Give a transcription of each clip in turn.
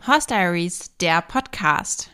Horse Diaries, der Podcast.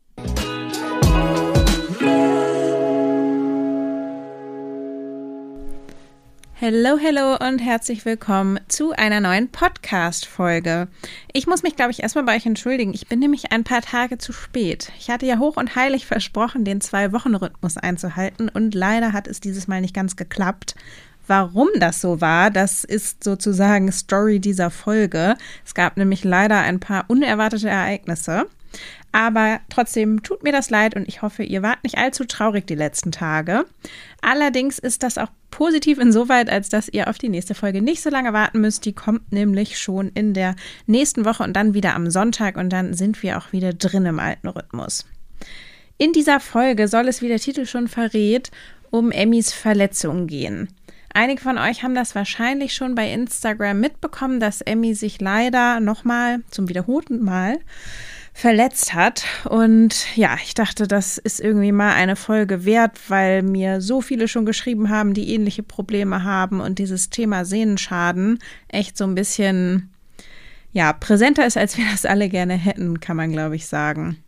Hallo und herzlich willkommen zu einer neuen Podcast-Folge. Ich muss mich, glaube ich, erstmal bei euch entschuldigen. Ich bin nämlich ein paar Tage zu spät. Ich hatte ja hoch und heilig versprochen, den 2-Wochen-Rhythmus einzuhalten und leider hat es dieses Mal nicht ganz geklappt. Warum das so war, das ist sozusagen Story dieser Folge. Es gab nämlich leider ein paar unerwartete Ereignisse. Aber trotzdem tut mir das leid und ich hoffe, ihr wart nicht allzu traurig die letzten Tage. Allerdings ist das auch positiv insoweit, als dass ihr auf die nächste Folge nicht so lange warten müsst. Die kommt nämlich schon in der nächsten Woche und dann wieder am Sonntag und dann sind wir auch wieder drin im alten Rhythmus. In dieser Folge soll es, wie der Titel schon verrät, um Emmys Verletzung gehen. Einige von euch haben das wahrscheinlich schon bei Instagram mitbekommen, dass Emmy sich leider nochmal zum wiederholten Mal verletzt hat. Und ja, ich dachte, das ist irgendwie mal eine Folge wert, weil mir so viele schon geschrieben haben, die ähnliche Probleme haben und dieses Thema Sehnenschaden echt so ein bisschen, ja, präsenter ist, als wir das alle gerne hätten, kann man, glaube ich, sagen.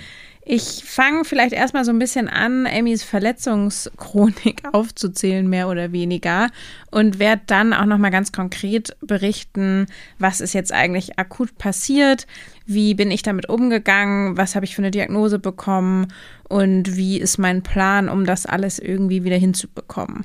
Ich fange vielleicht erstmal so ein bisschen an, Emmys Verletzungschronik aufzuzählen, mehr oder weniger, und werde dann auch nochmal ganz konkret berichten, was ist jetzt eigentlich akut passiert, wie bin ich damit umgegangen, was habe ich für eine Diagnose bekommen und wie ist mein Plan, um das alles irgendwie wieder hinzubekommen.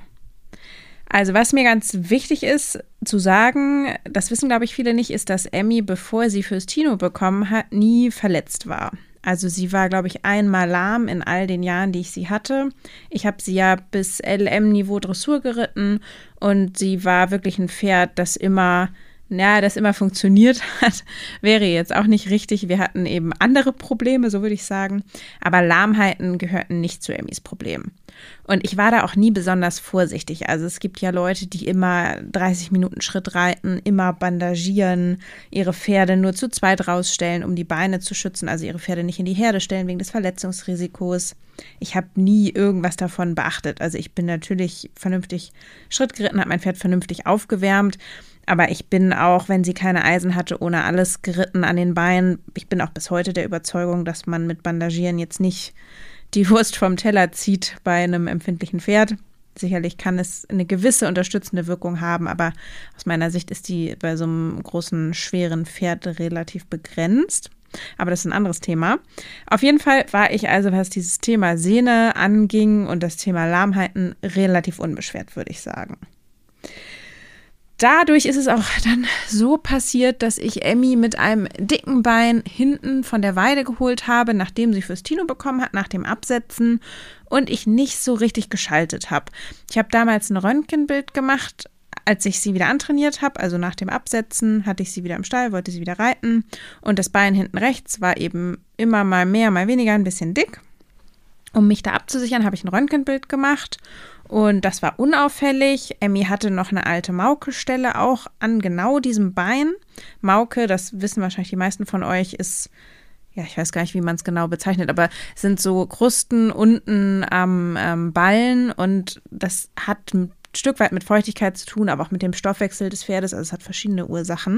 Also was mir ganz wichtig ist zu sagen, das wissen, glaube ich, viele nicht, ist, dass Emmy, bevor sie Fürstino bekommen hat, nie verletzt war. Also sie war, glaube ich, einmal lahm in all den Jahren, die ich sie hatte. Ich habe sie ja bis LM-Niveau Dressur geritten und sie war wirklich ein Pferd, das immer funktioniert hat. Wäre jetzt auch nicht richtig. Wir hatten eben andere Probleme, so würde ich sagen. Aber Lahmheiten gehörten nicht zu Emmys Problem. Und ich war da auch nie besonders vorsichtig. Also es gibt ja Leute, die immer 30 Minuten Schritt reiten, immer bandagieren, ihre Pferde nur zu zweit rausstellen, um die Beine zu schützen, also ihre Pferde nicht in die Herde stellen wegen des Verletzungsrisikos. Ich habe nie irgendwas davon beachtet. Also ich bin natürlich vernünftig Schritt geritten, habe mein Pferd vernünftig aufgewärmt, aber ich bin auch, wenn sie keine Eisen hatte, ohne alles geritten an den Beinen. Ich bin auch bis heute der Überzeugung, dass man mit Bandagieren jetzt nicht die Wurst vom Teller zieht bei einem empfindlichen Pferd. Sicherlich kann es eine gewisse unterstützende Wirkung haben, aber aus meiner Sicht ist die bei so einem großen, schweren Pferd relativ begrenzt. Aber das ist ein anderes Thema. Auf jeden Fall war ich also, was dieses Thema Sehne anging und das Thema Lahmheiten, relativ unbeschwert, würde ich sagen. Dadurch ist es auch dann so passiert, dass ich Emmy mit einem dicken Bein hinten von der Weide geholt habe, nachdem sie Fürstino bekommen hat, nach dem Absetzen, und ich nicht so richtig geschaltet habe. Ich habe damals ein Röntgenbild gemacht, als ich sie wieder antrainiert habe, also nach dem Absetzen hatte ich sie wieder im Stall, wollte sie wieder reiten und das Bein hinten rechts war eben immer mal mehr, mal weniger ein bisschen dick. Um mich da abzusichern, habe ich ein Röntgenbild gemacht. Und das war unauffällig. Emmy hatte noch eine alte Mauke-Stelle auch an genau diesem Bein. Mauke, das wissen wahrscheinlich die meisten von euch, ist, ja, ich weiß gar nicht, wie man es genau bezeichnet, aber es sind so Krusten unten am Ballen und das hat ein Stück weit mit Feuchtigkeit zu tun, aber auch mit dem Stoffwechsel des Pferdes. Also es hat verschiedene Ursachen.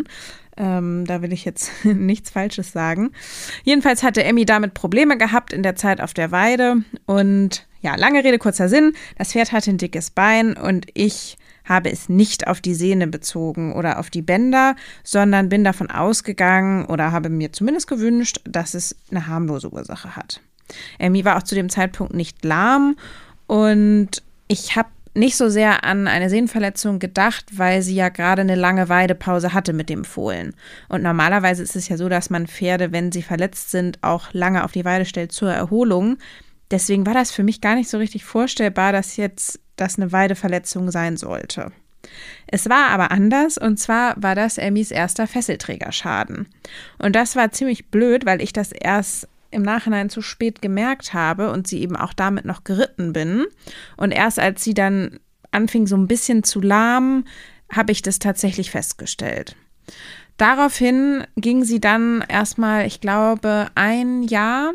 Da will ich jetzt nichts Falsches sagen. Jedenfalls hatte Emmy damit Probleme gehabt in der Zeit auf der Weide. Und ja, lange Rede, kurzer Sinn. Das Pferd hatte ein dickes Bein und ich habe es nicht auf die Sehne bezogen oder auf die Bänder, sondern bin davon ausgegangen oder habe mir zumindest gewünscht, dass es eine harmlose Ursache hat. Emmy war auch zu dem Zeitpunkt nicht lahm und ich habe nicht so sehr an eine Sehnenverletzung gedacht, weil sie ja gerade eine lange Weidepause hatte mit dem Fohlen. Und normalerweise ist es ja so, dass man Pferde, wenn sie verletzt sind, auch lange auf die Weide stellt zur Erholung. Deswegen war das für mich gar nicht so richtig vorstellbar, dass jetzt das eine Weideverletzung sein sollte. Es war aber anders, und zwar war das Emmys erster Fesselträgerschaden. Und das war ziemlich blöd, weil ich das erst im Nachhinein zu spät gemerkt habe und sie eben auch damit noch geritten bin. Und erst als sie dann anfing, so ein bisschen zu lahmen, habe ich das tatsächlich festgestellt. Daraufhin ging sie dann erstmal, ich glaube, ein Jahr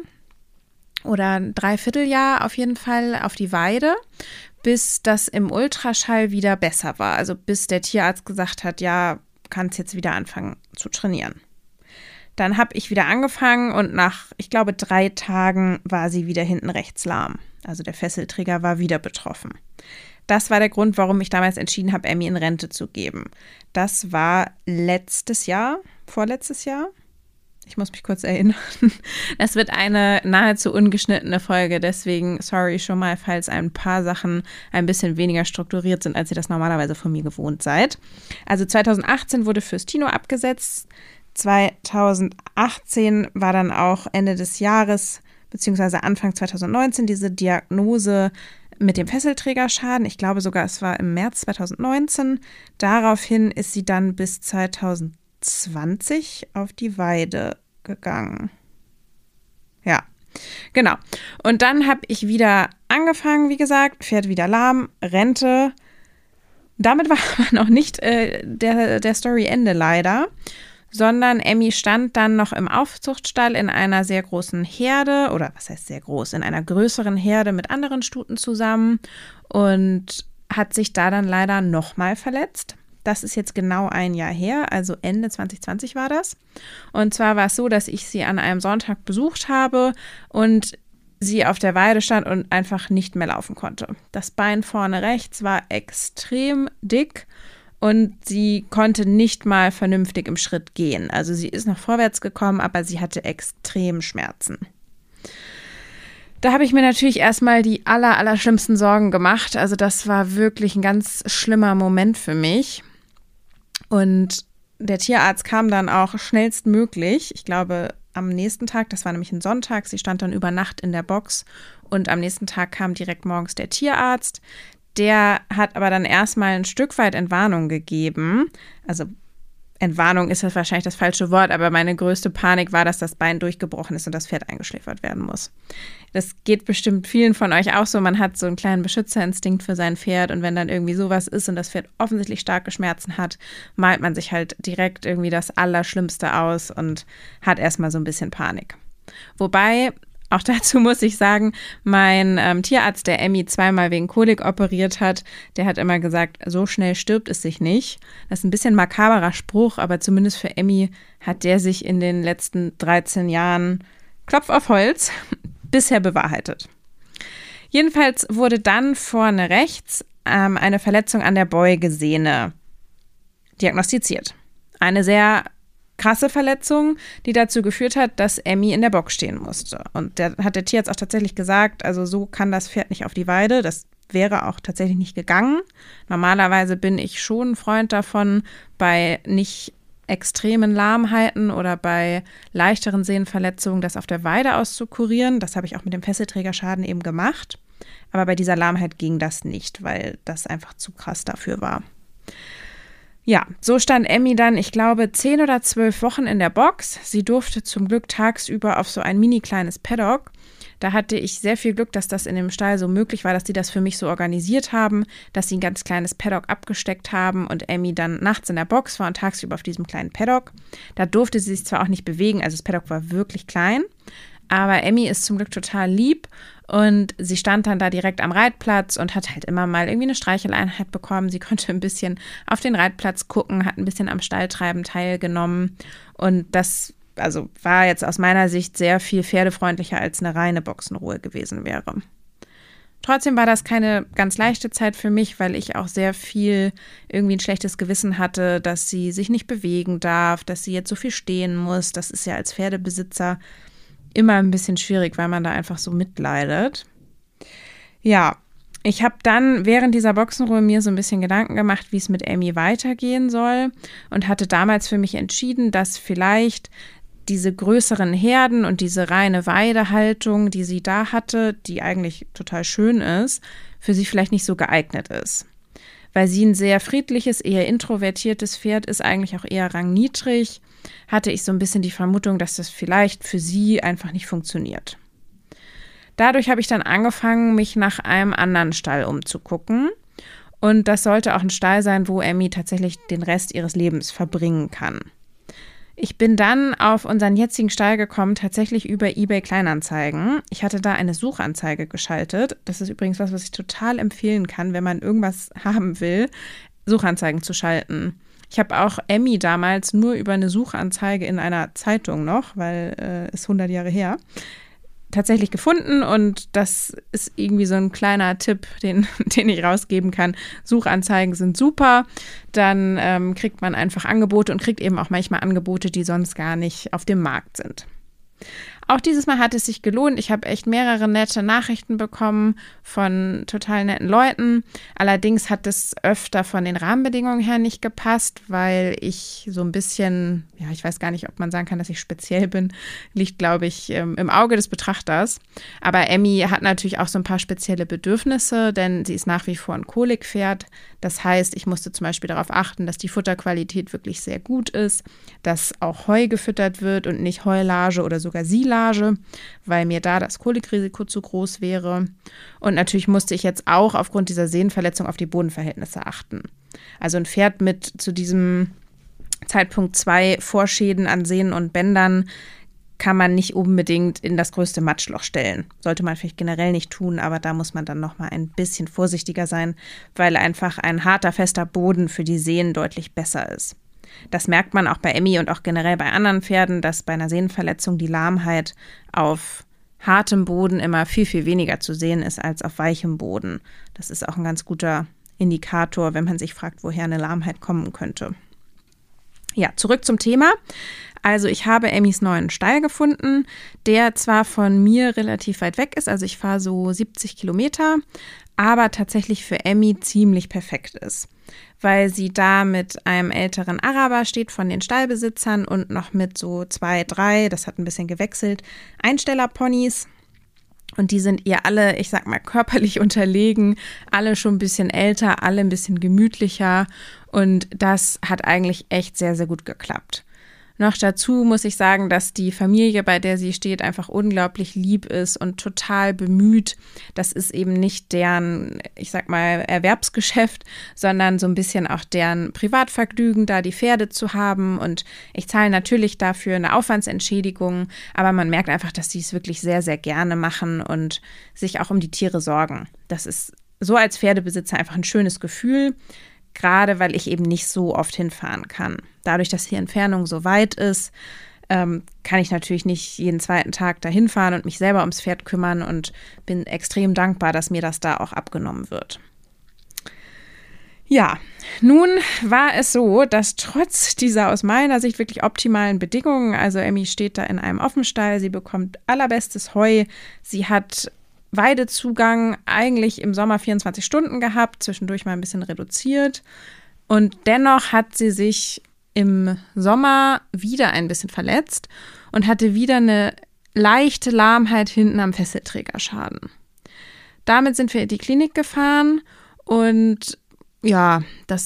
oder ein Dreivierteljahr auf jeden Fall auf die Weide, bis das im Ultraschall wieder besser war. Also bis der Tierarzt gesagt hat, ja, kannst jetzt wieder anfangen zu trainieren. Dann habe ich wieder angefangen und nach, ich glaube, 3 Tagen war sie wieder hinten rechts lahm. Also der Fesselträger war wieder betroffen. Das war der Grund, warum ich damals entschieden habe, Emmy in Rente zu geben. Das war vorletztes Jahr. Ich muss mich kurz erinnern. Es wird eine nahezu ungeschnittene Folge, deswegen sorry schon mal, falls ein paar Sachen ein bisschen weniger strukturiert sind, als ihr das normalerweise von mir gewohnt seid. Also 2018 wurde Fürstino abgesetzt. 2018 war dann auch Ende des Jahres, beziehungsweise Anfang 2019, diese Diagnose mit dem Fesselträgerschaden. Ich glaube sogar, es war im März 2019. Daraufhin ist sie dann bis 2020 auf die Weide gegangen. Ja, genau. Und dann habe ich wieder angefangen, wie gesagt, Pferd wieder lahm, Rente. Damit war aber noch nicht der Story Ende leider, sondern Emmy stand dann noch im Aufzuchtstall in einer sehr großen Herde, oder was heißt sehr groß, in einer größeren Herde mit anderen Stuten zusammen und hat sich da dann leider nochmal verletzt. Das ist jetzt genau 1 Jahr her, also Ende 2020 war das. Und zwar war es so, dass ich sie an einem Sonntag besucht habe und sie auf der Weide stand und einfach nicht mehr laufen konnte. Das Bein vorne rechts war extrem dick und sie konnte nicht mal vernünftig im Schritt gehen. Also sie ist noch vorwärts gekommen, aber sie hatte extrem Schmerzen. Da habe ich mir natürlich erstmal die allerschlimmsten Sorgen gemacht. Also das war wirklich ein ganz schlimmer Moment für mich. Und der Tierarzt kam dann auch schnellstmöglich. Ich glaube, am nächsten Tag, das war nämlich ein Sonntag, sie stand dann über Nacht in der Box und am nächsten Tag kam direkt morgens der Tierarzt. Der hat aber dann erstmal ein Stück weit Entwarnung gegeben. Also Entwarnung ist das wahrscheinlich das falsche Wort, aber meine größte Panik war, dass das Bein durchgebrochen ist und das Pferd eingeschläfert werden muss. Das geht bestimmt vielen von euch auch so. Man hat so einen kleinen Beschützerinstinkt für sein Pferd und wenn dann irgendwie sowas ist und das Pferd offensichtlich starke Schmerzen hat, malt man sich halt direkt irgendwie das Allerschlimmste aus und hat erstmal so ein bisschen Panik. Wobei, auch dazu muss ich sagen, mein Tierarzt, der Emmy 2-mal wegen Kolik operiert hat, der hat immer gesagt, so schnell stirbt es sich nicht. Das ist ein bisschen makaberer Spruch, aber zumindest für Emmy hat der sich in den letzten 13 Jahren, Klopf auf Holz, bisher bewahrheitet. Jedenfalls wurde dann vorne rechts eine Verletzung an der Beugesehne diagnostiziert. Eine sehr krasse Verletzung, die dazu geführt hat, dass Emmy in der Box stehen musste. Und da hat der Tierarzt auch tatsächlich gesagt, also so kann das Pferd nicht auf die Weide. Das wäre auch tatsächlich nicht gegangen. Normalerweise bin ich schon ein Freund davon, bei nicht extremen Lahmheiten oder bei leichteren Sehnenverletzungen das auf der Weide auszukurieren. Das habe ich auch mit dem Fesselträgerschaden eben gemacht. Aber bei dieser Lahmheit ging das nicht, weil das einfach zu krass dafür war. Ja, so stand Emmy dann, ich glaube, 10 oder 12 Wochen in der Box. Sie durfte zum Glück tagsüber auf so ein mini kleines Paddock. Da hatte ich sehr viel Glück, dass das in dem Stall so möglich war, dass die das für mich so organisiert haben, dass sie ein ganz kleines Paddock abgesteckt haben und Emmy dann nachts in der Box war und tagsüber auf diesem kleinen Paddock. Da durfte sie sich zwar auch nicht bewegen, also das Paddock war wirklich klein, aber Emmy ist zum Glück total lieb und sie stand dann da direkt am Reitplatz und hat halt immer mal irgendwie eine Streicheleinheit bekommen. Sie konnte ein bisschen auf den Reitplatz gucken, hat ein bisschen am Stalltreiben teilgenommen und das war jetzt aus meiner Sicht sehr viel pferdefreundlicher als eine reine Boxenruhe gewesen wäre. Trotzdem war das keine ganz leichte Zeit für mich, weil ich auch sehr viel irgendwie ein schlechtes Gewissen hatte, dass sie sich nicht bewegen darf, dass sie jetzt so viel stehen muss. Das ist ja als Pferdebesitzer immer ein bisschen schwierig, weil man da einfach so mitleidet. Ja, ich habe dann während dieser Boxenruhe mir so ein bisschen Gedanken gemacht, wie es mit Emmy weitergehen soll und hatte damals für mich entschieden, dass vielleicht diese größeren Herden und diese reine Weidehaltung, die sie da hatte, die eigentlich total schön ist, für sie vielleicht nicht so geeignet ist. Weil sie ein sehr friedliches, eher introvertiertes Pferd ist, eigentlich auch eher rangniedrig, hatte ich so ein bisschen die Vermutung, dass das vielleicht für sie einfach nicht funktioniert. Dadurch habe ich dann angefangen, mich nach einem anderen Stall umzugucken. Und das sollte auch ein Stall sein, wo Emmy tatsächlich den Rest ihres Lebens verbringen kann. Ich bin dann auf unseren jetzigen Stall gekommen, tatsächlich über eBay Kleinanzeigen. Ich hatte da eine Suchanzeige geschaltet. Das ist übrigens was ich total empfehlen kann, wenn man irgendwas haben will, Suchanzeigen zu schalten. Ich habe auch Emmy damals nur über eine Suchanzeige in einer Zeitung noch, weil ist 100 Jahre her, tatsächlich gefunden, und das ist irgendwie so ein kleiner Tipp, den ich rausgeben kann. Suchanzeigen sind super, dann kriegt man einfach Angebote und kriegt eben auch manchmal Angebote, die sonst gar nicht auf dem Markt sind. Auch dieses Mal hat es sich gelohnt. Ich habe echt mehrere nette Nachrichten bekommen von total netten Leuten. Allerdings hat es öfter von den Rahmenbedingungen her nicht gepasst, weil ich so ein bisschen, ja, ich weiß gar nicht, ob man sagen kann, dass ich speziell bin, liegt, glaube ich, im Auge des Betrachters. Aber Emmy hat natürlich auch so ein paar spezielle Bedürfnisse, denn sie ist nach wie vor ein Kolikpferd. Das heißt, ich musste zum Beispiel darauf achten, dass die Futterqualität wirklich sehr gut ist, dass auch Heu gefüttert wird und nicht Heulage oder sogar Silage, weil mir da das Kolikrisiko zu groß wäre. Und natürlich musste ich jetzt auch aufgrund dieser Sehnenverletzung auf die Bodenverhältnisse achten. Also ein Pferd mit zu diesem Zeitpunkt 2 Vorschäden an Sehnen und Bändern kann man nicht unbedingt in das größte Matschloch stellen. Sollte man vielleicht generell nicht tun, aber da muss man dann noch mal ein bisschen vorsichtiger sein, weil einfach ein harter, fester Boden für die Sehnen deutlich besser ist. Das merkt man auch bei Emmy und auch generell bei anderen Pferden, dass bei einer Sehnenverletzung die Lahmheit auf hartem Boden immer viel, viel weniger zu sehen ist als auf weichem Boden. Das ist auch ein ganz guter Indikator, wenn man sich fragt, woher eine Lahmheit kommen könnte. Ja, zurück zum Thema. Also ich habe Emmys neuen Stall gefunden, der zwar von mir relativ weit weg ist, also ich fahre so 70 Kilometer, aber tatsächlich für Emmy ziemlich perfekt ist, weil sie da mit einem älteren Araber steht von den Stallbesitzern und noch mit so 2, 3, das hat ein bisschen gewechselt, Einstellerponys. Und die sind ihr alle, ich sag mal, körperlich unterlegen, alle schon ein bisschen älter, alle ein bisschen gemütlicher, und das hat eigentlich echt sehr, sehr gut geklappt. Noch dazu muss ich sagen, dass die Familie, bei der sie steht, einfach unglaublich lieb ist und total bemüht. Das ist eben nicht deren, ich sag mal, Erwerbsgeschäft, sondern so ein bisschen auch deren Privatvergnügen, da die Pferde zu haben. Und ich zahle natürlich dafür eine Aufwandsentschädigung, aber man merkt einfach, dass sie es wirklich sehr, sehr gerne machen und sich auch um die Tiere sorgen. Das ist so als Pferdebesitzer einfach ein schönes Gefühl, gerade weil ich eben nicht so oft hinfahren kann. Dadurch, dass die Entfernung so weit ist, kann ich natürlich nicht jeden zweiten Tag dahin fahren und mich selber ums Pferd kümmern, und bin extrem dankbar, dass mir das da auch abgenommen wird. Ja, nun war es so, dass trotz dieser aus meiner Sicht wirklich optimalen Bedingungen, also Emmy steht da in einem Offenstall, sie bekommt allerbestes Heu, sie hat Weidezugang eigentlich im Sommer 24 Stunden gehabt, zwischendurch mal ein bisschen reduziert. Und dennoch hat sie sich im Sommer wieder ein bisschen verletzt und hatte wieder eine leichte Lahmheit hinten am Fesselträgerschaden. Damit sind wir in die Klinik gefahren und ja,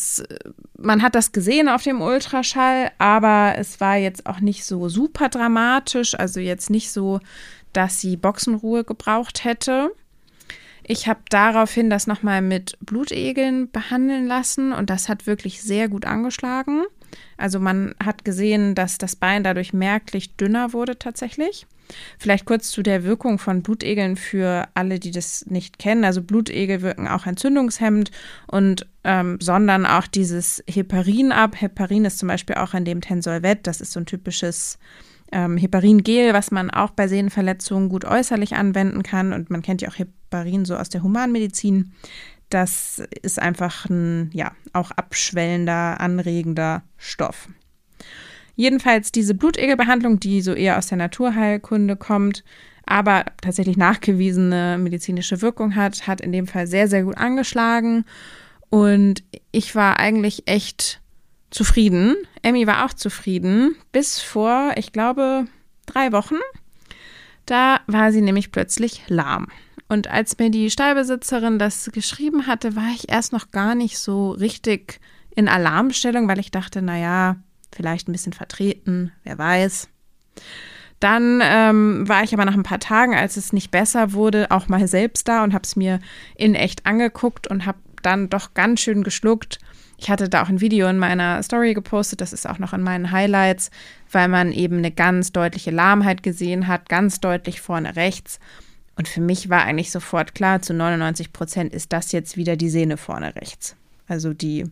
man hat das gesehen auf dem Ultraschall, aber es war jetzt auch nicht so super dramatisch, also jetzt nicht so, dass sie Boxenruhe gebraucht hätte. Ich habe daraufhin das nochmal mit Blutegeln behandeln lassen und das hat wirklich sehr gut angeschlagen. Also man hat gesehen, dass das Bein dadurch merklich dünner wurde tatsächlich. Vielleicht kurz zu der Wirkung von Blutegeln für alle, die das nicht kennen. Also Blutegel wirken auch entzündungshemmend und sondern auch dieses Heparin ab. Heparin ist zum Beispiel auch in dem Tensolvet. Das ist so ein typisches Heparin-Gel, was man auch bei Sehnenverletzungen gut äußerlich anwenden kann. Und man kennt ja auch Heparin so aus der Humanmedizin. Das ist einfach ein, ja, auch abschwellender, anregender Stoff. Jedenfalls diese Blutegelbehandlung, die so eher aus der Naturheilkunde kommt, aber tatsächlich nachgewiesene medizinische Wirkung hat in dem Fall sehr, sehr gut angeschlagen. Und ich war eigentlich echt zufrieden. Emmy war auch zufrieden, bis vor, ich glaube, 3 Wochen. Da war sie nämlich plötzlich lahm. Und als mir die Stallbesitzerin das geschrieben hatte, war ich erst noch gar nicht so richtig in Alarmstellung, weil ich dachte, naja, vielleicht ein bisschen vertreten, wer weiß. Dann war ich aber nach ein paar Tagen, als es nicht besser wurde, auch mal selbst da und habe es mir in echt angeguckt und habe dann doch ganz schön geschluckt. Ich hatte da auch ein Video in meiner Story gepostet, das ist auch noch in meinen Highlights, weil man eben eine ganz deutliche Lahmheit gesehen hat, ganz deutlich vorne rechts. Und für mich war eigentlich sofort klar, zu 99% ist das jetzt wieder die Sehne vorne rechts. Also die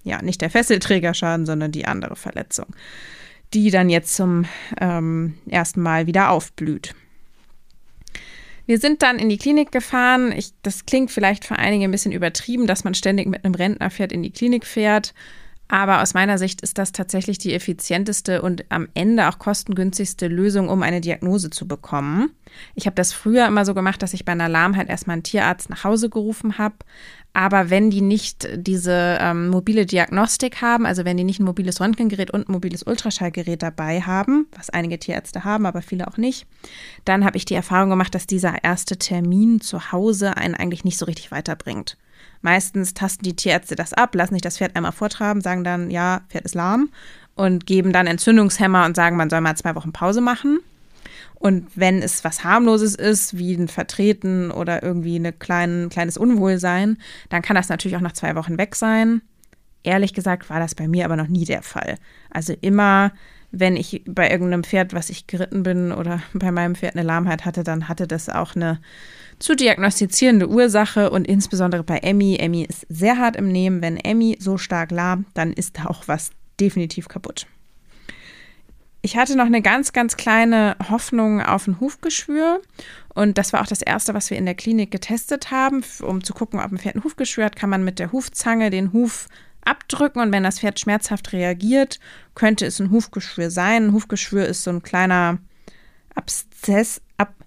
ja, nicht der Fesselträgerschaden, sondern die andere Verletzung, die dann jetzt zum ersten Mal wieder aufblüht. Wir sind dann in die Klinik gefahren. Das klingt vielleicht für einige ein bisschen übertrieben, dass man ständig mit einem Rentnerpferd in die Klinik fährt. Aber aus meiner Sicht ist das tatsächlich die effizienteste und am Ende auch kostengünstigste Lösung, um eine Diagnose zu bekommen. Ich habe das früher immer so gemacht, dass ich bei einer Lahmheit erstmal einen Tierarzt nach Hause gerufen habe. Aber wenn die nicht diese mobile Diagnostik haben, also wenn die nicht ein mobiles Röntgengerät und ein mobiles Ultraschallgerät dabei haben, was einige Tierärzte haben, aber viele auch nicht, dann habe ich die Erfahrung gemacht, dass dieser erste Termin zu Hause einen eigentlich nicht so richtig weiterbringt. Meistens tasten die Tierärzte das ab, lassen sich das Pferd einmal vortraben, sagen dann, ja, Pferd ist lahm und geben dann Entzündungshemmer und sagen, man soll mal 2 Wochen Pause machen. Und wenn es was Harmloses ist, wie ein Vertreten oder irgendwie ein kleines Unwohlsein, dann kann das natürlich auch nach 2 Wochen weg sein. Ehrlich gesagt war das bei mir aber noch nie der Fall. Also immer, wenn ich bei irgendeinem Pferd, was ich geritten bin oder bei meinem Pferd eine Lahmheit hatte, dann hatte das auch eine zu diagnostizierende Ursache und insbesondere bei Emmy. Emmy ist sehr hart im Nehmen. Wenn Emmy so stark lahmt, dann ist da auch was definitiv kaputt. Ich hatte noch eine ganz, ganz kleine Hoffnung auf ein Hufgeschwür und das war auch das Erste, was wir in der Klinik getestet haben. Um zu gucken, ob ein Pferd ein Hufgeschwür hat, kann man mit der Hufzange den Huf abdrücken und wenn das Pferd schmerzhaft reagiert, könnte es ein Hufgeschwür sein. Ein Hufgeschwür ist so ein kleiner Abszess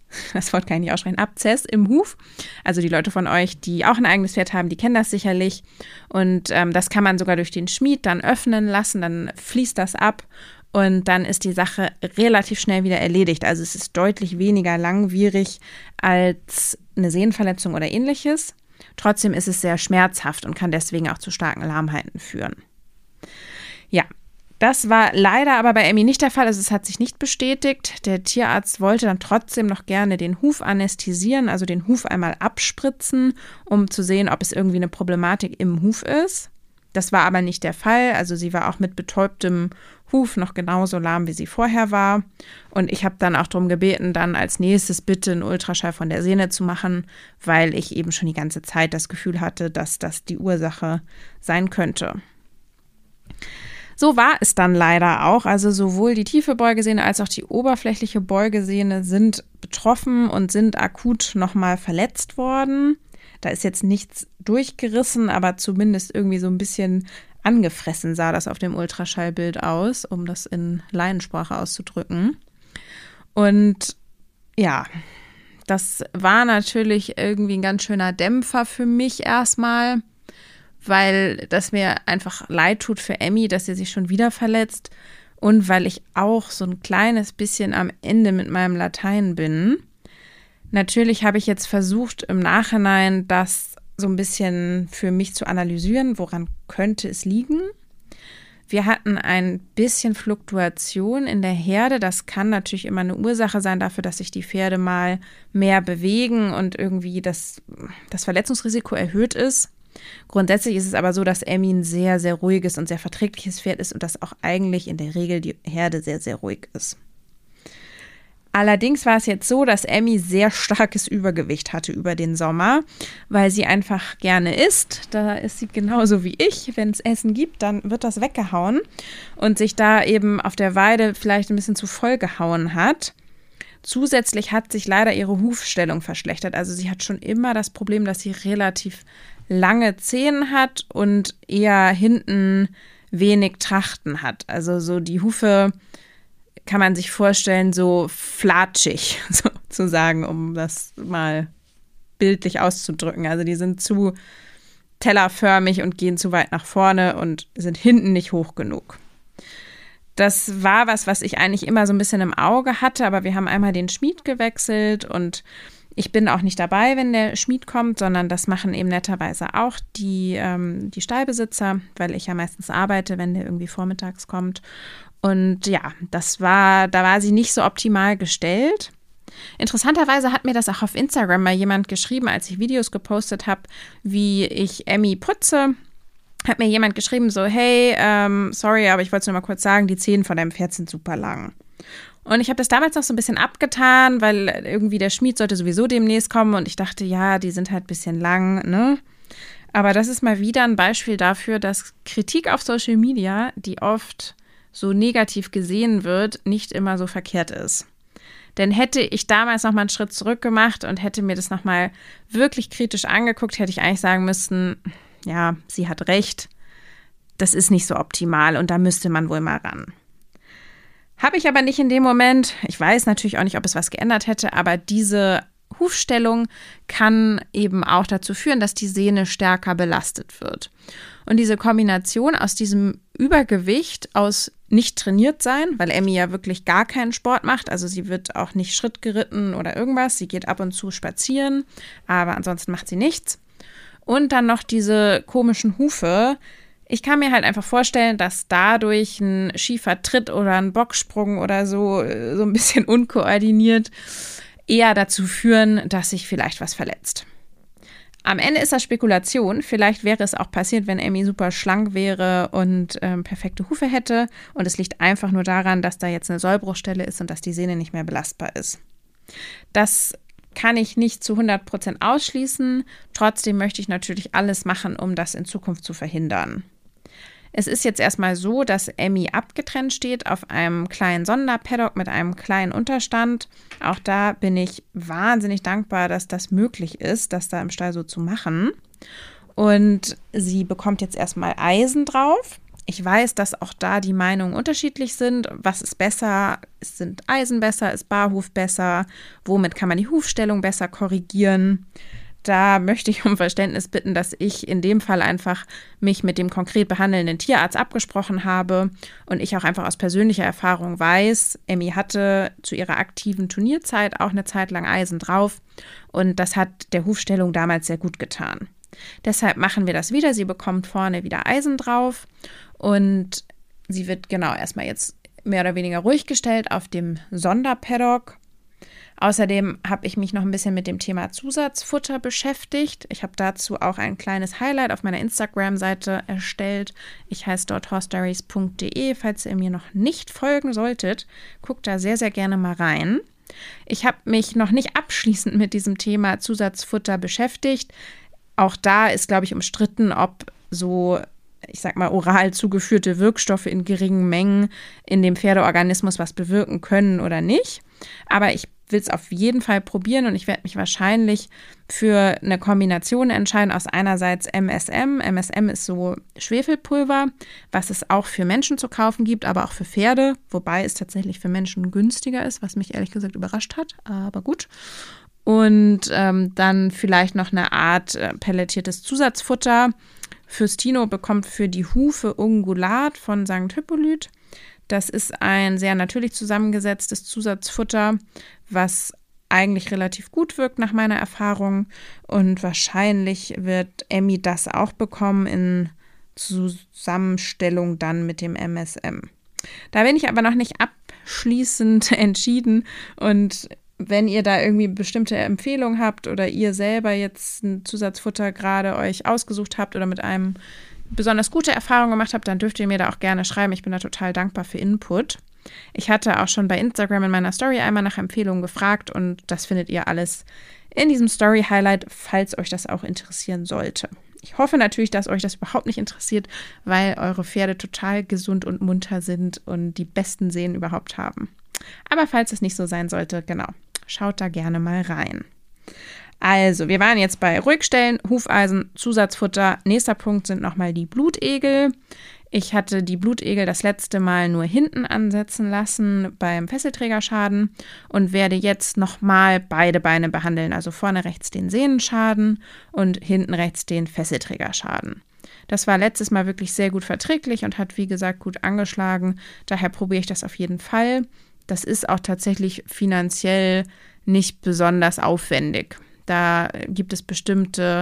im Huf. Also die Leute von euch, die auch ein eigenes Pferd haben, die kennen das sicherlich. Und das kann man sogar durch den Schmied dann öffnen lassen, dann fließt das ab und dann ist die Sache relativ schnell wieder erledigt. Also es ist deutlich weniger langwierig als eine Sehnenverletzung oder ähnliches. Trotzdem ist es sehr schmerzhaft und kann deswegen auch zu starken Lahmheiten führen. Ja. Das war leider aber bei Emmy nicht der Fall, also es hat sich nicht bestätigt. Der Tierarzt wollte dann trotzdem noch gerne den Huf anästhesieren, also den Huf einmal abspritzen, um zu sehen, ob es irgendwie eine Problematik im Huf ist. Das war aber nicht der Fall, also sie war auch mit betäubtem Huf noch genauso lahm, wie sie vorher war. Und ich habe dann auch darum gebeten, dann als nächstes bitte einen Ultraschall von der Sehne zu machen, weil ich eben schon die ganze Zeit das Gefühl hatte, dass das die Ursache sein könnte. So war es dann leider auch. Also sowohl die tiefe Beugesehne als auch die oberflächliche Beugesehne sind betroffen und sind akut nochmal verletzt worden. Da ist jetzt nichts durchgerissen, aber zumindest irgendwie so ein bisschen angefressen sah das auf dem Ultraschallbild aus, um das in Laiensprache auszudrücken. Und ja, das war natürlich irgendwie ein ganz schöner Dämpfer für mich erstmal, weil das mir einfach leid tut für Emmy, dass sie sich schon wieder verletzt und weil ich auch so ein kleines bisschen am Ende mit meinem Latein bin. Natürlich habe ich jetzt versucht, im Nachhinein das so ein bisschen für mich zu analysieren, woran könnte es liegen. Wir hatten ein bisschen Fluktuation in der Herde. Das kann natürlich immer eine Ursache sein dafür, dass sich die Pferde mal mehr bewegen und irgendwie das Verletzungsrisiko erhöht ist. Grundsätzlich ist es aber so, dass Emmy ein sehr, sehr ruhiges und sehr verträgliches Pferd ist und dass auch eigentlich in der Regel die Herde sehr, sehr ruhig ist. Allerdings war es jetzt so, dass Emmy sehr starkes Übergewicht hatte über den Sommer, weil sie einfach gerne isst. Da ist sie genauso wie ich. Wenn es Essen gibt, dann wird das weggehauen und sich da eben auf der Weide vielleicht ein bisschen zu voll gehauen hat. Zusätzlich hat sich leider ihre Hufstellung verschlechtert. Also sie hat schon immer das Problem, dass sie relativ lange Zehen hat und eher hinten wenig Trachten hat. Also so die Hufe kann man sich vorstellen, so flatschig sozusagen, um das mal bildlich auszudrücken. Also die sind zu tellerförmig und gehen zu weit nach vorne und sind hinten nicht hoch genug. Das war was ich eigentlich immer so ein bisschen im Auge hatte, aber wir haben einmal den Schmied gewechselt und ich bin auch nicht dabei, wenn der Schmied kommt, sondern das machen eben netterweise auch die Stallbesitzer, weil ich ja meistens arbeite, wenn der irgendwie vormittags kommt. Und ja, da war sie nicht so optimal gestellt. Interessanterweise hat mir das auch auf Instagram mal jemand geschrieben, als ich Videos gepostet habe, wie ich Emmy putze. Hat mir jemand geschrieben so, hey, sorry, aber ich wollte es nur mal kurz sagen, die Zehen von deinem Pferd sind super lang. Und ich habe das damals noch so ein bisschen abgetan, weil irgendwie der Schmied sollte sowieso demnächst kommen und ich dachte, ja, die sind halt ein bisschen lang, ne? Aber das ist mal wieder ein Beispiel dafür, dass Kritik auf Social Media, die oft so negativ gesehen wird, nicht immer so verkehrt ist. Denn hätte ich damals noch mal einen Schritt zurück gemacht und hätte mir das noch mal wirklich kritisch angeguckt, hätte ich eigentlich sagen müssen, ja, sie hat recht, das ist nicht so optimal und da müsste man wohl mal ran. Habe ich aber nicht in dem Moment. Ich weiß natürlich auch nicht, ob es was geändert hätte, aber diese Hufstellung kann eben auch dazu führen, dass die Sehne stärker belastet wird. Und diese Kombination aus diesem Übergewicht, aus nicht trainiert sein, weil Emmy ja wirklich gar keinen Sport macht, also sie wird auch nicht Schritt geritten oder irgendwas, sie geht ab und zu spazieren, aber ansonsten macht sie nichts. Und dann noch diese komischen Hufe. Ich kann mir halt einfach vorstellen, dass dadurch ein schiefer Tritt oder ein Bocksprung oder so ein bisschen unkoordiniert eher dazu führen, dass sich vielleicht was verletzt. Am Ende ist das Spekulation. Vielleicht wäre es auch passiert, wenn Emmy super schlank wäre und perfekte Hufe hätte. Und es liegt einfach nur daran, dass da jetzt eine Sollbruchstelle ist und dass die Sehne nicht mehr belastbar ist. Das kann ich nicht zu 100% ausschließen. Trotzdem möchte ich natürlich alles machen, um das in Zukunft zu verhindern. Es ist jetzt erstmal so, dass Emmy abgetrennt steht auf einem kleinen Sonderpaddock mit einem kleinen Unterstand. Auch da bin ich wahnsinnig dankbar, dass das möglich ist, das da im Stall so zu machen. Und sie bekommt jetzt erstmal Eisen drauf. Ich weiß, dass auch da die Meinungen unterschiedlich sind. Was ist besser? Sind Eisen besser? Ist Barhuf besser? Womit kann man die Hufstellung besser korrigieren? Da möchte ich um Verständnis bitten, dass ich in dem Fall einfach mich mit dem konkret behandelnden Tierarzt abgesprochen habe und ich auch einfach aus persönlicher Erfahrung weiß, Emmy hatte zu ihrer aktiven Turnierzeit auch eine Zeit lang Eisen drauf und das hat der Hufstellung damals sehr gut getan. Deshalb machen wir das wieder. Sie bekommt vorne wieder Eisen drauf und sie wird genau erstmal jetzt mehr oder weniger ruhig gestellt auf dem Sonderpaddock. Außerdem habe ich mich noch ein bisschen mit dem Thema Zusatzfutter beschäftigt. Ich habe dazu auch ein kleines Highlight auf meiner Instagram-Seite erstellt. Ich heiße dort horsestories.de. Falls ihr mir noch nicht folgen solltet, guckt da sehr, sehr gerne mal rein. Ich habe mich noch nicht abschließend mit diesem Thema Zusatzfutter beschäftigt. Auch da ist, glaube ich, umstritten, ob so, ich sag mal, oral zugeführte Wirkstoffe in geringen Mengen in dem Pferdeorganismus was bewirken können oder nicht. Aber ich will es auf jeden Fall probieren und ich werde mich wahrscheinlich für eine Kombination entscheiden aus einerseits MSM. MSM ist so Schwefelpulver, was es auch für Menschen zu kaufen gibt, aber auch für Pferde, wobei es tatsächlich für Menschen günstiger ist, was mich ehrlich gesagt überrascht hat, aber gut. Und dann vielleicht noch eine Art pelletiertes Zusatzfutter. Fürstino bekommt für die Hufe Ungulat von St. Hippolyt. Das ist ein sehr natürlich zusammengesetztes Zusatzfutter, was eigentlich relativ gut wirkt nach meiner Erfahrung. Und wahrscheinlich wird Emmy das auch bekommen in Zusammenstellung dann mit dem MSM. Da bin ich aber noch nicht abschließend entschieden. Und wenn ihr da irgendwie bestimmte Empfehlungen habt oder ihr selber jetzt ein Zusatzfutter gerade euch ausgesucht habt oder mit einem besonders gute Erfahrungen gemacht habt, dann dürft ihr mir da auch gerne schreiben. Ich bin da total dankbar für Input. Ich hatte auch schon bei Instagram in meiner Story einmal nach Empfehlungen gefragt und das findet ihr alles in diesem Story-Highlight, falls euch das auch interessieren sollte. Ich hoffe natürlich, dass euch das überhaupt nicht interessiert, weil eure Pferde total gesund und munter sind und die besten Sehnen überhaupt haben. Aber falls es nicht so sein sollte, genau, schaut da gerne mal rein. Also, wir waren jetzt bei Ruhigstellen, Hufeisen, Zusatzfutter. Nächster Punkt sind nochmal die Blutegel. Ich hatte die Blutegel das letzte Mal nur hinten ansetzen lassen beim Fesselträgerschaden und werde jetzt nochmal beide Beine behandeln. Also vorne rechts den Sehnenschaden und hinten rechts den Fesselträgerschaden. Das war letztes Mal wirklich sehr gut verträglich und hat, wie gesagt, gut angeschlagen. Daher probiere ich das auf jeden Fall. Das ist auch tatsächlich finanziell nicht besonders aufwendig. Da gibt es bestimmte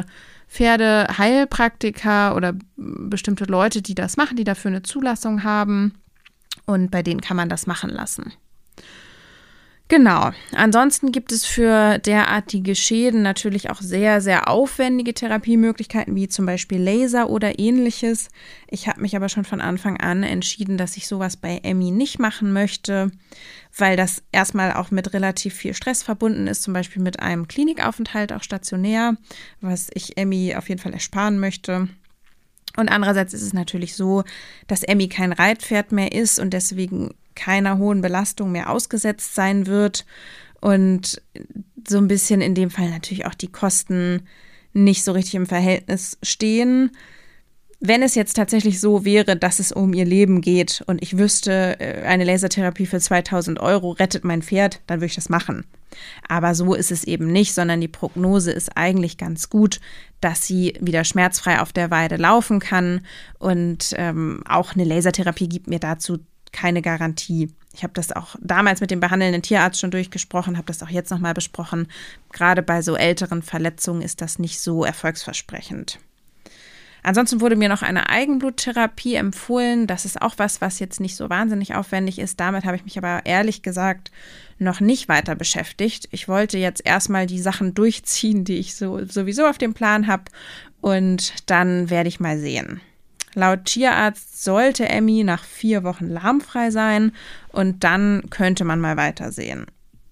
Pferdeheilpraktiker oder bestimmte Leute, die das machen, die dafür eine Zulassung haben und bei denen kann man das machen lassen. Genau. Ansonsten gibt es für derartige Schäden natürlich auch sehr, sehr aufwendige Therapiemöglichkeiten, wie zum Beispiel Laser oder ähnliches. Ich habe mich aber schon von Anfang an entschieden, dass ich sowas bei Emmy nicht machen möchte, weil das erstmal auch mit relativ viel Stress verbunden ist, zum Beispiel mit einem Klinikaufenthalt, auch stationär, was ich Emmy auf jeden Fall ersparen möchte. Und andererseits ist es natürlich so, dass Emmy kein Reitpferd mehr ist und deswegen keiner hohen Belastung mehr ausgesetzt sein wird und so ein bisschen in dem Fall natürlich auch die Kosten nicht so richtig im Verhältnis stehen. Wenn es jetzt tatsächlich so wäre, dass es um ihr Leben geht und ich wüsste, eine Lasertherapie für 2.000 € rettet mein Pferd, dann würde ich das machen. Aber so ist es eben nicht, sondern die Prognose ist eigentlich ganz gut, dass sie wieder schmerzfrei auf der Weide laufen kann und auch eine Lasertherapie gibt mir dazu keine Garantie. Ich habe das auch damals mit dem behandelnden Tierarzt schon durchgesprochen, habe das auch jetzt nochmal besprochen. Gerade bei so älteren Verletzungen ist das nicht so erfolgsversprechend. Ansonsten wurde mir noch eine Eigenbluttherapie empfohlen. Das ist auch was jetzt nicht so wahnsinnig aufwendig ist. Damit habe ich mich aber ehrlich gesagt noch nicht weiter beschäftigt. Ich wollte jetzt erstmal die Sachen durchziehen, die ich sowieso auf dem Plan habe. Und dann werde ich mal sehen. Laut Tierarzt sollte Emmy nach 4 Wochen lahmfrei sein und dann könnte man mal weitersehen.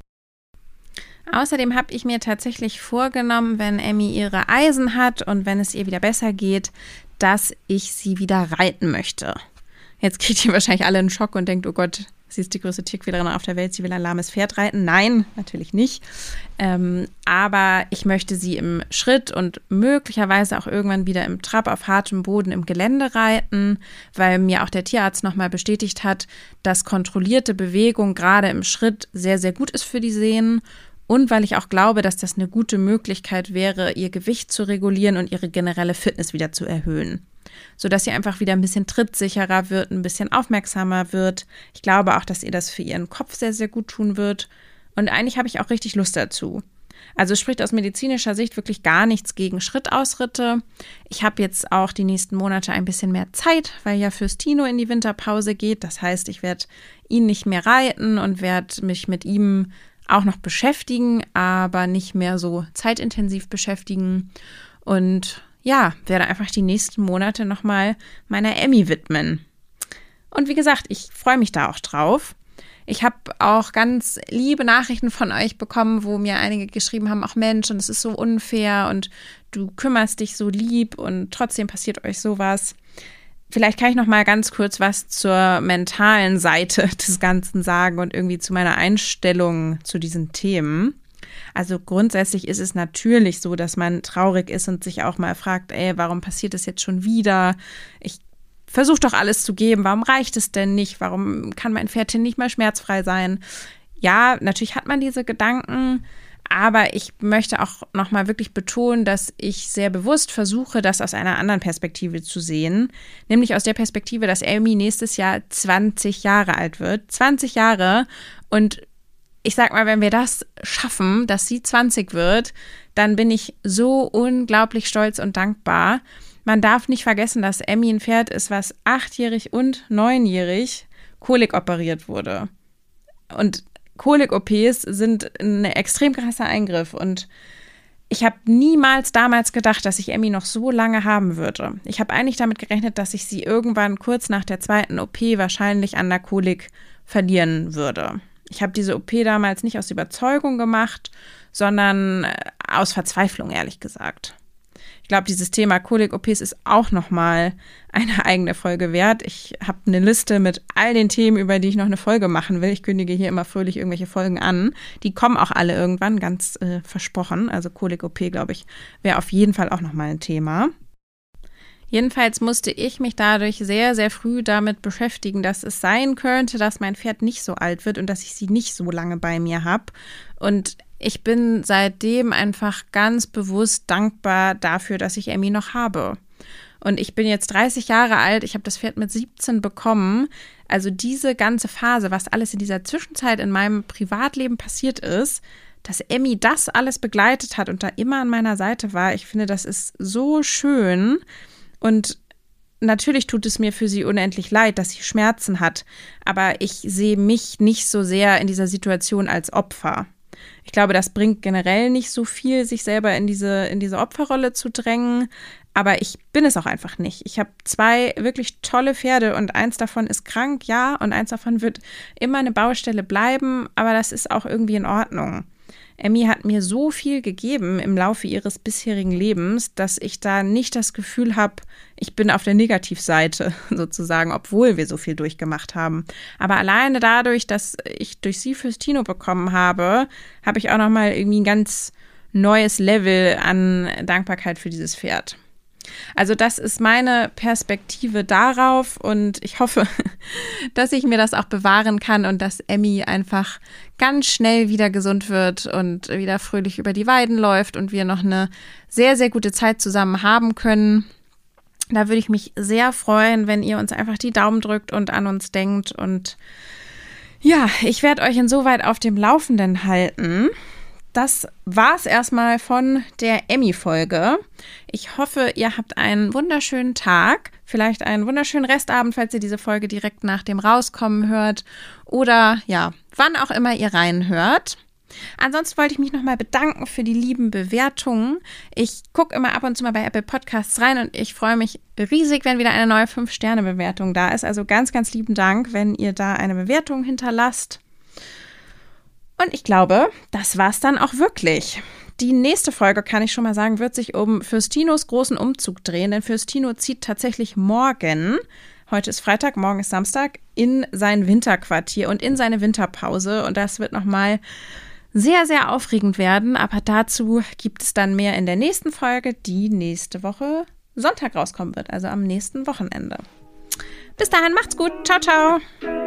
Außerdem habe ich mir tatsächlich vorgenommen, wenn Emmy ihre Eisen hat und wenn es ihr wieder besser geht, dass ich sie wieder reiten möchte. Jetzt kriegt ihr wahrscheinlich alle einen Schock und denkt, oh Gott, sie ist die größte Tierquälerin auf der Welt, sie will ein lahmes Pferd reiten. Nein, natürlich nicht. Aber ich möchte sie im Schritt und möglicherweise auch irgendwann wieder im Trab auf hartem Boden im Gelände reiten, weil mir auch der Tierarzt nochmal bestätigt hat, dass kontrollierte Bewegung gerade im Schritt sehr, sehr gut ist für die Sehnen. Und weil ich auch glaube, dass das eine gute Möglichkeit wäre, ihr Gewicht zu regulieren und ihre generelle Fitness wieder zu erhöhen. Sodass sie einfach wieder ein bisschen trittsicherer wird, ein bisschen aufmerksamer wird. Ich glaube auch, dass ihr das für ihren Kopf sehr, sehr gut tun wird. Und eigentlich habe ich auch richtig Lust dazu. Also es spricht aus medizinischer Sicht wirklich gar nichts gegen Schrittausritte. Ich habe jetzt auch die nächsten Monate ein bisschen mehr Zeit, weil ja fürs Tino in die Winterpause geht. Das heißt, ich werde ihn nicht mehr reiten und werde mich mit ihm auch noch beschäftigen, aber nicht mehr so zeitintensiv beschäftigen und ja, werde einfach die nächsten Monate nochmal meiner Emmy widmen. Und wie gesagt, ich freue mich da auch drauf. Ich habe auch ganz liebe Nachrichten von euch bekommen, wo mir einige geschrieben haben, ach Mensch, und es ist so unfair und du kümmerst dich so lieb und trotzdem passiert euch sowas. Vielleicht kann ich noch mal ganz kurz was zur mentalen Seite des Ganzen sagen und irgendwie zu meiner Einstellung zu diesen Themen. Also grundsätzlich ist es natürlich so, dass man traurig ist und sich auch mal fragt, warum passiert das jetzt schon wieder? Ich versuche doch alles zu geben, warum reicht es denn nicht? Warum kann mein Pferd denn nicht mal schmerzfrei sein? Ja, natürlich hat man diese Gedanken, aber ich möchte auch nochmal wirklich betonen, dass ich sehr bewusst versuche, das aus einer anderen Perspektive zu sehen. Nämlich aus der Perspektive, dass Emmy nächstes Jahr 20 Jahre alt wird. 20 Jahre. Und ich sag mal, wenn wir das schaffen, dass sie 20 wird, dann bin ich so unglaublich stolz und dankbar. Man darf nicht vergessen, dass Emmy ein Pferd ist, was 8-jährig und 9-jährig Kolik operiert wurde. Und Kolik-OPs sind ein extrem krasser Eingriff und ich habe niemals damals gedacht, dass ich Emmy noch so lange haben würde. Ich habe eigentlich damit gerechnet, dass ich sie irgendwann kurz nach der 2. OP wahrscheinlich an der Kolik verlieren würde. Ich habe diese OP damals nicht aus Überzeugung gemacht, sondern aus Verzweiflung, ehrlich gesagt. Ich glaube, dieses Thema Kolik-OPs ist auch nochmal eine eigene Folge wert. Ich habe eine Liste mit all den Themen, über die ich noch eine Folge machen will. Ich kündige hier immer fröhlich irgendwelche Folgen an. Die kommen auch alle irgendwann, ganz versprochen. Also Kolik-OP, glaube ich, wäre auf jeden Fall auch nochmal ein Thema. Jedenfalls musste ich mich dadurch sehr, sehr früh damit beschäftigen, dass es sein könnte, dass mein Pferd nicht so alt wird und dass ich sie nicht so lange bei mir habe. Und ich bin seitdem einfach ganz bewusst dankbar dafür, dass ich Emmy noch habe. Und ich bin jetzt 30 Jahre alt, ich habe das Pferd mit 17 bekommen. Also diese ganze Phase, was alles in dieser Zwischenzeit in meinem Privatleben passiert ist, dass Emmy das alles begleitet hat und da immer an meiner Seite war, ich finde, das ist so schön. Und natürlich tut es mir für sie unendlich leid, dass sie Schmerzen hat, aber ich sehe mich nicht so sehr in dieser Situation als Opfer. Ich glaube, das bringt generell nicht so viel, sich selber in diese Opferrolle zu drängen, aber ich bin es auch einfach nicht. Ich habe 2 wirklich tolle Pferde und eins davon ist krank, ja, und eins davon wird immer eine Baustelle bleiben, aber das ist auch irgendwie in Ordnung. Emmy hat mir so viel gegeben im Laufe ihres bisherigen Lebens, dass ich da nicht das Gefühl habe, ich bin auf der Negativseite sozusagen, obwohl wir so viel durchgemacht haben. Aber alleine dadurch, dass ich durch sie Fürstino bekommen habe, habe ich auch nochmal irgendwie ein ganz neues Level an Dankbarkeit für dieses Pferd. Also das ist meine Perspektive darauf und ich hoffe, dass ich mir das auch bewahren kann und dass Emmy einfach ganz schnell wieder gesund wird und wieder fröhlich über die Weiden läuft und wir noch eine sehr, sehr gute Zeit zusammen haben können. Da würde ich mich sehr freuen, wenn ihr uns einfach die Daumen drückt und an uns denkt. Und ja, ich werde euch insoweit auf dem Laufenden halten. Das war's erstmal von der Emmy-Folge. Ich hoffe, ihr habt einen wunderschönen Tag, vielleicht einen wunderschönen Restabend, falls ihr diese Folge direkt nach dem Rauskommen hört oder ja, wann auch immer ihr reinhört. Ansonsten wollte ich mich nochmal bedanken für die lieben Bewertungen. Ich gucke immer ab und zu mal bei Apple Podcasts rein und ich freue mich riesig, wenn wieder eine neue 5-Sterne-Bewertung da ist. Also ganz, ganz lieben Dank, wenn ihr da eine Bewertung hinterlasst. Und ich glaube, das war's dann auch wirklich. Die nächste Folge, kann ich schon mal sagen, wird sich um Fürstinos großen Umzug drehen, denn Fürstino zieht tatsächlich morgen, heute ist Freitag, morgen ist Samstag, in sein Winterquartier und in seine Winterpause. Und das wird nochmal sehr, sehr aufregend werden. Aber dazu gibt es dann mehr in der nächsten Folge, die nächste Woche Sonntag rauskommen wird, also am nächsten Wochenende. Bis dahin, macht's gut. Ciao, ciao.